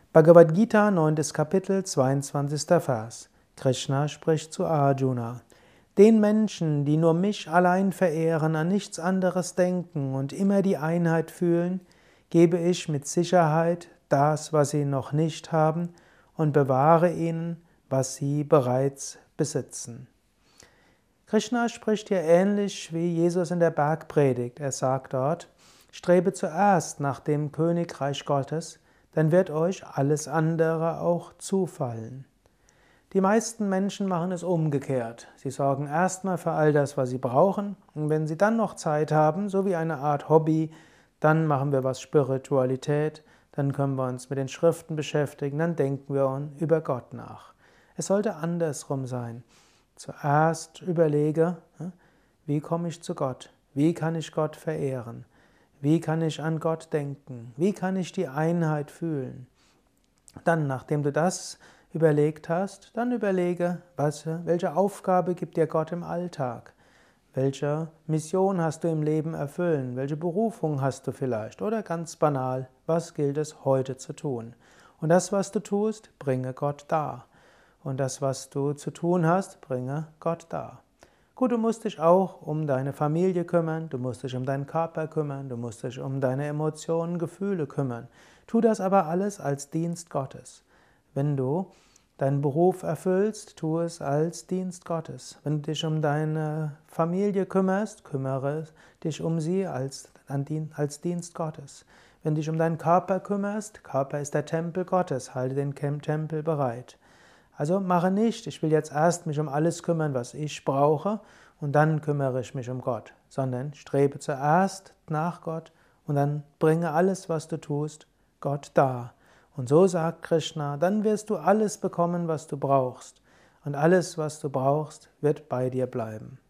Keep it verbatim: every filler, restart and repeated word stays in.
Bhagavad Gita, neuntes Kapitel, zweiundzwanzigster Vers. Krishna spricht zu Arjuna: Den Menschen, die nur mich allein verehren, an nichts anderes denken und immer die Einheit fühlen, gebe ich mit Sicherheit das, was sie noch nicht haben, und bewahre ihnen, was sie bereits besitzen. Krishna spricht hier ähnlich wie Jesus in der Bergpredigt. Er sagt dort: Strebe zuerst nach dem Königreich Gottes, dann wird euch alles andere auch zufallen. Die meisten Menschen machen es umgekehrt. Sie sorgen erstmal für all das, was sie brauchen, und wenn sie dann noch Zeit haben, so wie eine Art Hobby, dann machen wir was Spiritualität, dann können wir uns mit den Schriften beschäftigen, dann denken wir über Gott nach. Es sollte andersrum sein. Zuerst überlege, wie komme ich zu Gott? Wie kann ich Gott verehren? Wie kann ich an Gott denken? Wie kann ich die Einheit fühlen? Dann, nachdem du das überlegt hast, dann überlege, was, welche Aufgabe gibt dir Gott im Alltag? Welche Mission hast du im Leben erfüllen? Welche Berufung hast du vielleicht? Oder ganz banal, was gilt es heute zu tun? Und das, was du tust, bringe Gott dar. Und das, was du zu tun hast, bringe Gott dar. Gut, du musst dich auch um deine Familie kümmern, du musst dich um deinen Körper kümmern, du musst dich um deine Emotionen, Gefühle kümmern. Tu das aber alles als Dienst Gottes. Wenn du deinen Beruf erfüllst, tu es als Dienst Gottes. Wenn du dich um deine Familie kümmerst, kümmere dich um sie als, als Dienst Gottes. Wenn du dich um deinen Körper kümmerst, Körper ist der Tempel Gottes, halte den Tempel bereit. Also mache nicht, ich will jetzt erst mich um alles kümmern, was ich brauche, und dann kümmere ich mich um Gott, sondern strebe zuerst nach Gott und dann bringe alles, was du tust, Gott dar. Und so sagt Krishna, dann wirst du alles bekommen, was du brauchst, und alles, was du brauchst, wird bei dir bleiben.